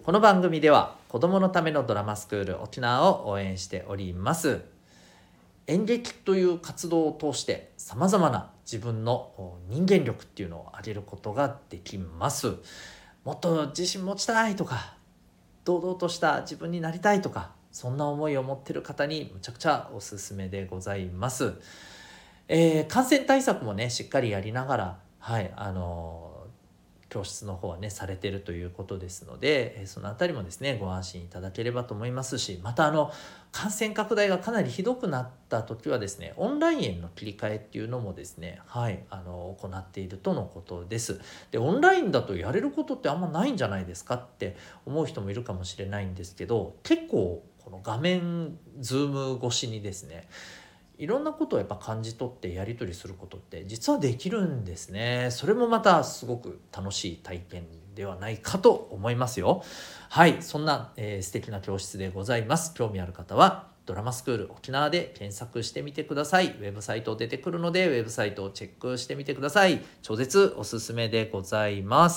この番組では子どものためのドラマスクール沖縄を応援しております。演劇という活動を通してさまざまな自分の人間力っていうのを上げることができます。もっと自信持ちたいとか、堂々とした自分になりたいとか、そんな思いを持っている方にむちゃくちゃおすすめでございます。感染対策もねしっかりやりながら、教室の方はねされているということですので、そのあたりもですねご安心いただければと思いますし、また感染拡大がかなりひどくなった時はですね、オンラインへの切り替えっていうのもですね、行っているとのことです。で、オンラインだとやれることってあんまないんじゃないですかって思う人もいるかもしれないんですけど、結構この画面ズーム越しにですね、いろんなことをやっぱ感じ取ってやり取りすることって実はできるんですね。それもまたすごく楽しい体験ではないかと思いますよ。はい、そんな、素敵な教室でございます。興味ある方はドラマスクール沖縄で検索してみてください。ウェブサイト出てくるのでウェブサイトをチェックしてみてください。超絶おすすめでございます。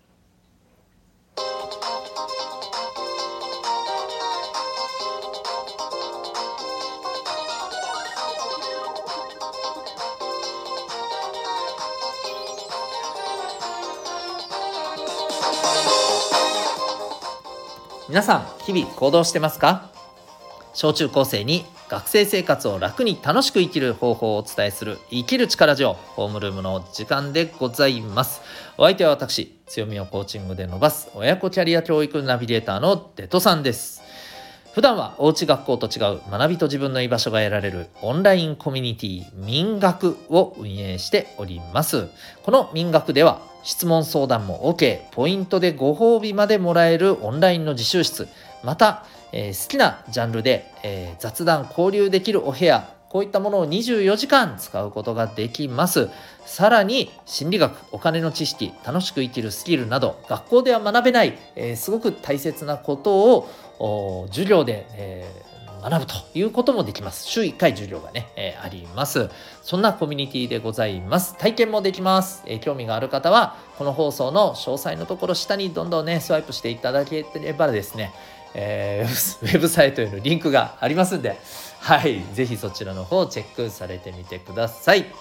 皆さん日々行動してますか？小中高生に学生生活を楽に楽しく生きる方法をお伝えする生きる力ジオホームルームの時間でございます。お相手は私、強みをコーチングで伸ばす親子キャリア教育ナビゲーターのデトさんです。普段はおうち学校と違う学びと自分の居場所が得られるオンラインコミュニティ民学を運営しております。この民学では質問相談も OK、 ポイントでご褒美までもらえるオンラインの自習室、また、好きなジャンルで、雑談交流できるお部屋、こういったものを24時間使うことができます。さらに心理学、お金の知識、楽しく生きるスキルなど学校では学べない、すごく大切なことを授業で、学ぶということもできます。週1回授業がね、あります。そんなコミュニティでございます。体験もできます。興味がある方はこの放送の詳細のところ下にどんどんねスワイプしていただければですね、ウェブサイトへのリンクがありますんで、ぜひそちらの方をチェックされてみてください。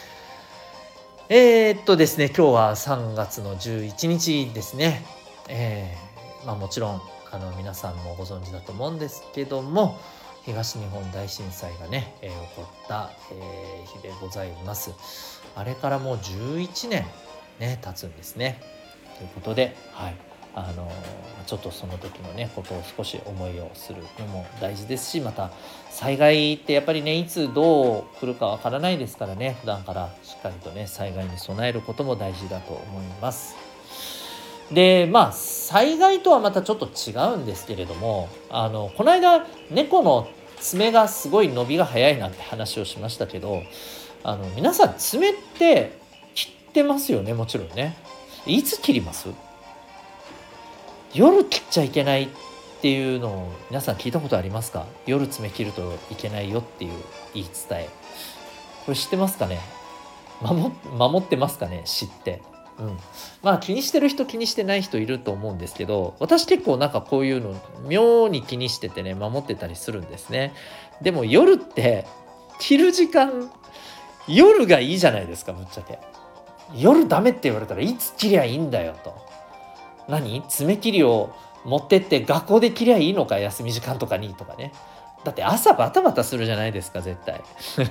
ですね、今日は3月の11日ですね。もちろん皆さんもご存知だと思うんですけども、東日本大震災がね、起こった、日でございます。あれからもう11年ね経つんですね。ということで、ちょっとその時のねことを少し思いをするのも大事ですし、また災害ってやっぱりねいつどう来るかわからないですからね、普段からしっかりとね災害に備えることも大事だと思います。で、災害とはまたちょっと違うんですけれども、この間猫の爪がすごい伸びが早いなって話をしましたけど、皆さん爪って切ってますよね。もちろんね。いつ切ります？夜切っちゃいけないっていうのを皆さん聞いたことありますか？夜爪切るといけないよっていう言い伝え、これ知ってますかね？守ってますかね？知って、気にしてる人気にしてない人いると思うんですけど、私結構なんかこういうの妙に気にしててね守ってたりするんですね。でも夜って切る時間、夜がいいじゃないですか。ぶっちゃけ夜ダメって言われたらいつ切りゃいいんだよと。爪切りを持ってって学校で切りゃいいのか、休み時間とかにとかね。だって朝バタバタするじゃないですか絶対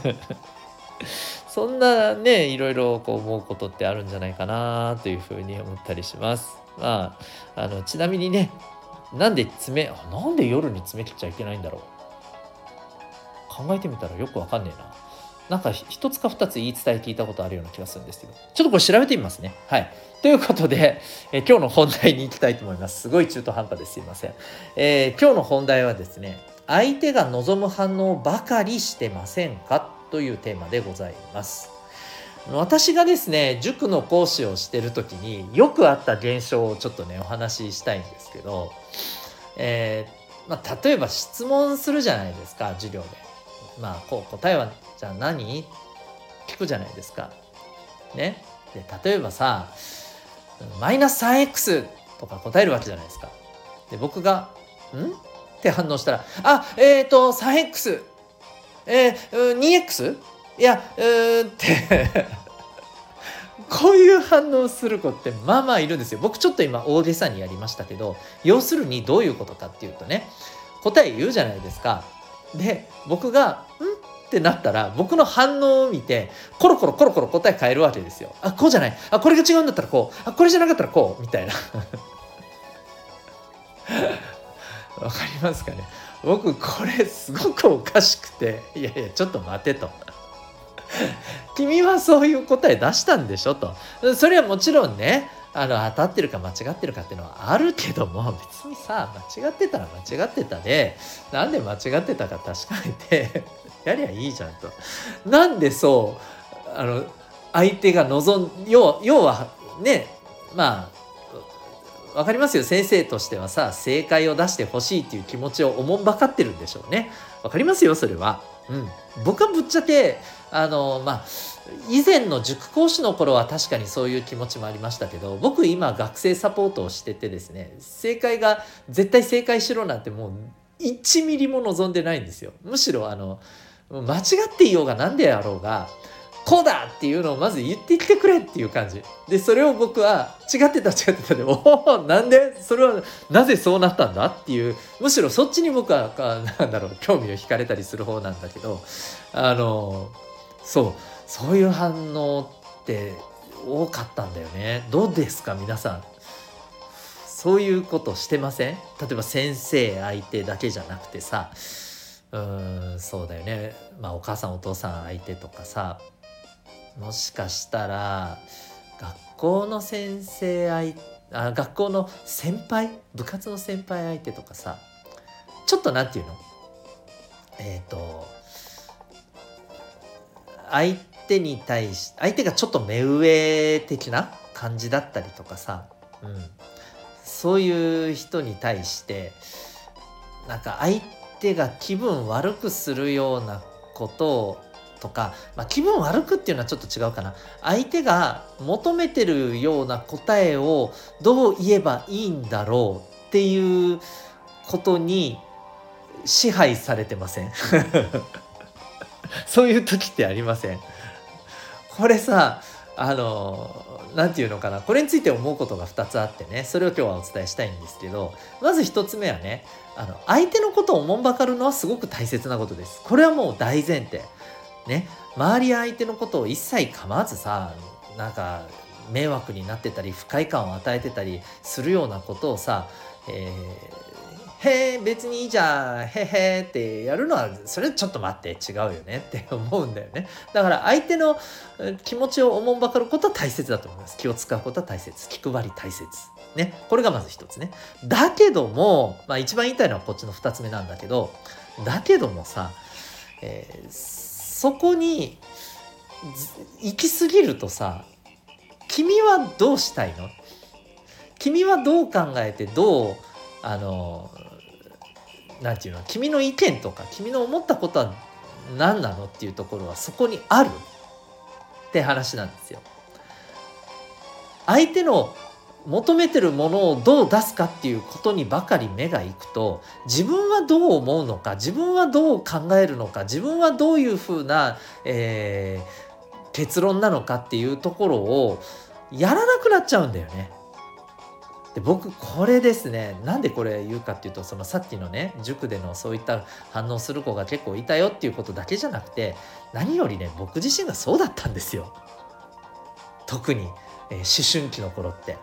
そんなねいろいろこう思うことってあるんじゃないかなというふうに思ったりします。ちなみにね、なんで夜に爪切っちゃいけないんだろう、考えてみたらよくわかんねえな。なんか一つか二つ言い伝え聞いたことあるような気がするんですけど、ちょっとこれ調べてみますね。ということで、今日の本題に行きたいと思います。すごい中途半端ですいません。今日の本題はですね、相手が望む反応ばかりしてませんかというテーマでございます。私がですね塾の講師をしている時によくあった現象をちょっとねお話ししたいんですけど、例えば質問するじゃないですか授業で。答えはじゃあ何？聞くじゃないですか。ね。で例えばさ、マイナス 3x とか答えるわけじゃないですか。 で僕が「ん?」って反応したら3X、2X、いやってこういう反応する子ってまあまあいるんですよ。僕ちょっと今大げさにやりましたけど、要するにどういうことかっていうとね、答え言うじゃないですか。で僕が「ん?」ってなったら、僕の反応を見てコロコロコロコロ答え変えるわけですよ。あ、こうじゃない、あ、これが違うんだったらこう、あ、これじゃなかったらこうみたいなわかりますかね。僕これすごくおかしくて、いやいやちょっと待てと君はそういう答え出したんでしょと。それはもちろんね、当たってるか間違ってるかっていうのはあるけども、別にさ、間違ってたら間違ってたで、なんで間違ってたか確かめてやりゃいいじゃんと。なんでそう相手が要はね、まあわかりますよ。先生としてはさ、正解を出してほしいっていう気持ちをおもんばかってるんでしょうね。わかりますよ、それは。うん。僕はぶっちゃけ以前の塾講師の頃は確かにそういう気持ちもありましたけど、僕今学生サポートをしててですね、正解が絶対正解しろなんてもう1ミリも望んでないんですよ。むしろ間違っていようが何であろうが、こうだっていうのをまず言ってきてくれっていう感じで、それを僕は違ってたで、おおなんでそれはなぜそうなったんだっていう、むしろそっちに僕は興味を惹かれたりする方なんだけど、そういう反応って多かったんだよね。どうですか皆さん、そういうことしてません？例えば先生相手だけじゃなくてさ、そうだよね、まあお母さんお父さん相手とかさ、もしかしたら学校の先生学校の先輩、部活の先輩相手とかさ、ちょっとなんていうの、相手に対し相手がちょっと目上的な感じだったりとかさ、そういう人に対してなんか相手が気分悪くするようなことをとか、気分悪くっていうのはちょっと違うかな。相手が求めてるような答えをどう言えばいいんだろうっていうことに支配されてません？そういう時ってありません？これさ、なんていうのかな、これについて思うことが2つあってね、それを今日はお伝えしたいんですけど、まず1つ目はね、相手のことをおもんばかるのはすごく大切なことです。これはもう大前提。ね、周りや相手のことを一切構わずさ、なんか迷惑になってたり不快感を与えてたりするようなことをさ、へえ別にいいじゃんへへってやるのは、それちょっと待って違うよねって思うんだよね。だから相手の気持ちをおもんばかることは大切だと思います。気を使うことは大切、気配り大切ね、これがまず一つね。だけども、一番言いたいのはこっちの二つ目なんだけど、だけどもさ、そこに行き過ぎるとさ、君はどうしたいの？君はどう考えてどうなんていうの、君の意見とか君の思ったことは何なのっていうところはそこにあるって話なんですよ。相手の求めてるものをどう出すかっていうことにばかり目がいくと、自分はどう思うのか、自分はどう考えるのか、自分はどういうふうな、結論なのかっていうところをやらなくなっちゃうんだよね。で僕これですね、なんでこれ言うかっていうと、そのさっきのね塾でのそういった反応する子が結構いたよっていうことだけじゃなくて、何よりね僕自身がそうだったんですよ。特に、思春期の頃って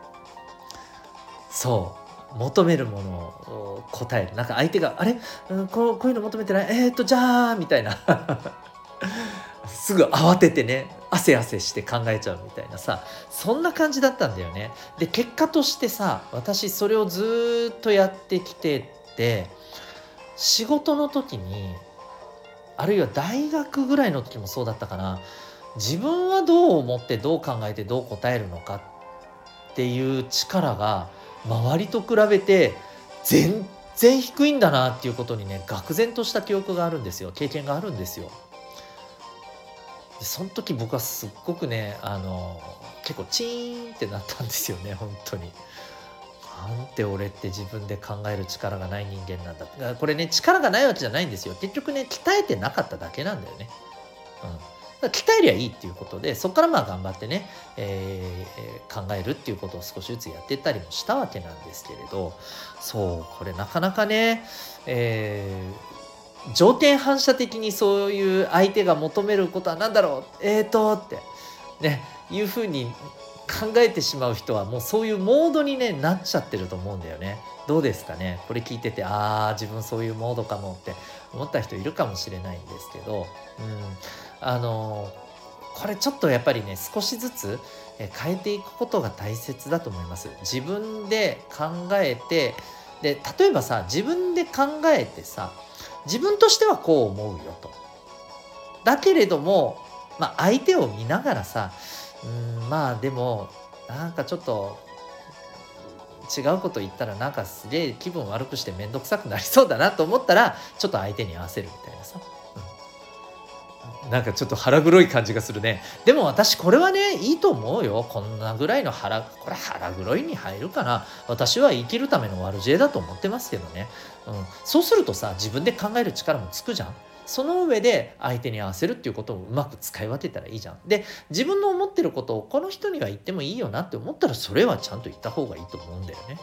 そう求めるものを答える、なんか相手があれ、こういうの求めてない、じゃあみたいなすぐ慌ててね汗して考えちゃうみたいなさ、そんな感じだったんだよね。で結果としてさ、私それをずっとやってきてて、仕事の時に、あるいは大学ぐらいの時もそうだったかな、自分はどう思ってどう考えてどう答えるのかっていう力が周りと比べて全然低いんだなっていうことにね、愕然とした記憶があるんですよ。経験があるんですよ。でその時僕はすっごくね結構チーンってなったんですよね。本当にって俺って自分で考える力がない人間なんだって。これね、力がないわけじゃないんですよ。結局ね、鍛えてなかっただけなんだよね。だから鍛えりゃいいっていうことで、そこからまあ頑張ってね、考えるっていうことを少しずつやっていったりもしたわけなんですけれど、そうこれなかなかね、条件反射的にそういう相手が求めることは何だろうってねいうふうに考えてしまう人はもうそういうモードに、ね、なっちゃってると思うんだよね。どうですかね、これ聞いてて自分そういうモードかもって思った人いるかもしれないんですけど、これちょっとやっぱりね少しずつ変えていくことが大切だと思います。自分で考えて、で例えばさ、自分で考えてさ、自分としてはこう思うよと。だけれども、相手を見ながらさ、でもなんかちょっと違うこと言ったらなんかすげえ気分悪くして面倒くさくなりそうだなと思ったら、ちょっと相手に合わせるみたいなさ。なんかちょっと腹黒い感じがするね。でも私これはねいいと思うよ。こんなぐらいのこれ腹黒いに入るかな。私は生きるための悪知恵だと思ってますけどね。そうするとさ、自分で考える力もつくじゃん。その上で相手に合わせるっていうことをうまく使い分けたらいいじゃん。で、自分の思ってることをこの人には言ってもいいよなって思ったら、それはちゃんと言った方がいいと思うんだよね。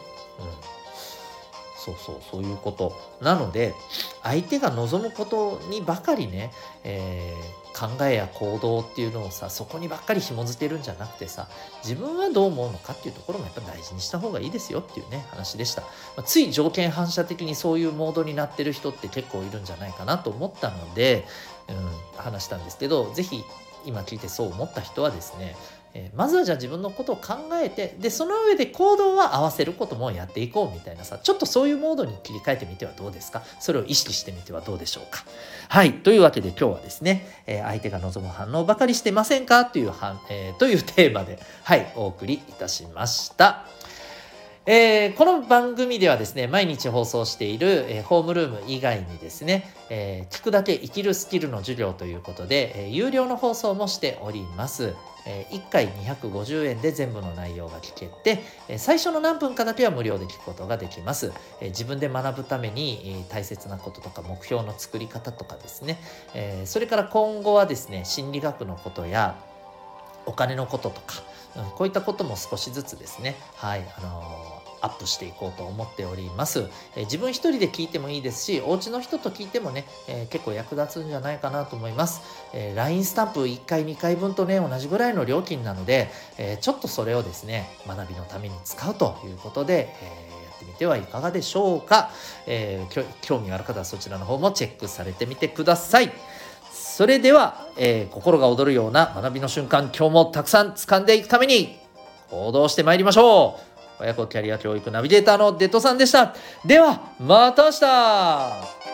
そういうことなので、相手が望むことにばかりね、考えや行動っていうのをさ、そこにばっかり紐づけるんじゃなくてさ、自分はどう思うのかっていうところもやっぱ大事にした方がいいですよっていうね話でした。つい条件反射的にそういうモードになってる人って結構いるんじゃないかなと思ったので、話したんですけど、ぜひ今聞いてそう思った人はですね、まずはじゃあ自分のことを考えて、でその上で行動は合わせることもやっていこうみたいなさ、ちょっとそういうモードに切り替えてみてはどうですか。それを意識してみてはどうでしょうか。はい、というわけで今日はですね、相手が望む反応ばかりしてませんかという、というテーマで、お送りいたしました。この番組ではですね、毎日放送している、ホームルーム以外にですね、聞くだけ生きるスキルの授業ということで、有料の放送もしております。1回250円で全部の内容が聞けて、最初の何分かだけは無料で聞くことができます。自分で学ぶために大切なこととか目標の作り方とかですね、それから今後はですね、心理学のことやお金のこととか、こういったことも少しずつですね、アップしていこうと思っております。自分一人で聞いてもいいですし、お家の人と聞いてもね、結構役立つんじゃないかなと思います。LINE スタンプ1回2回分とね、同じぐらいの料金なので、ちょっとそれをですね、学びのために使うということで、やってみてはいかがでしょうか。興味がある方はそちらの方もチェックされてみてください。それでは、心が躍るような学びの瞬間、今日もたくさん掴んでいくために行動してまいりましょう。親子キャリア教育ナビゲーターのデトさんでした。ではまた明日。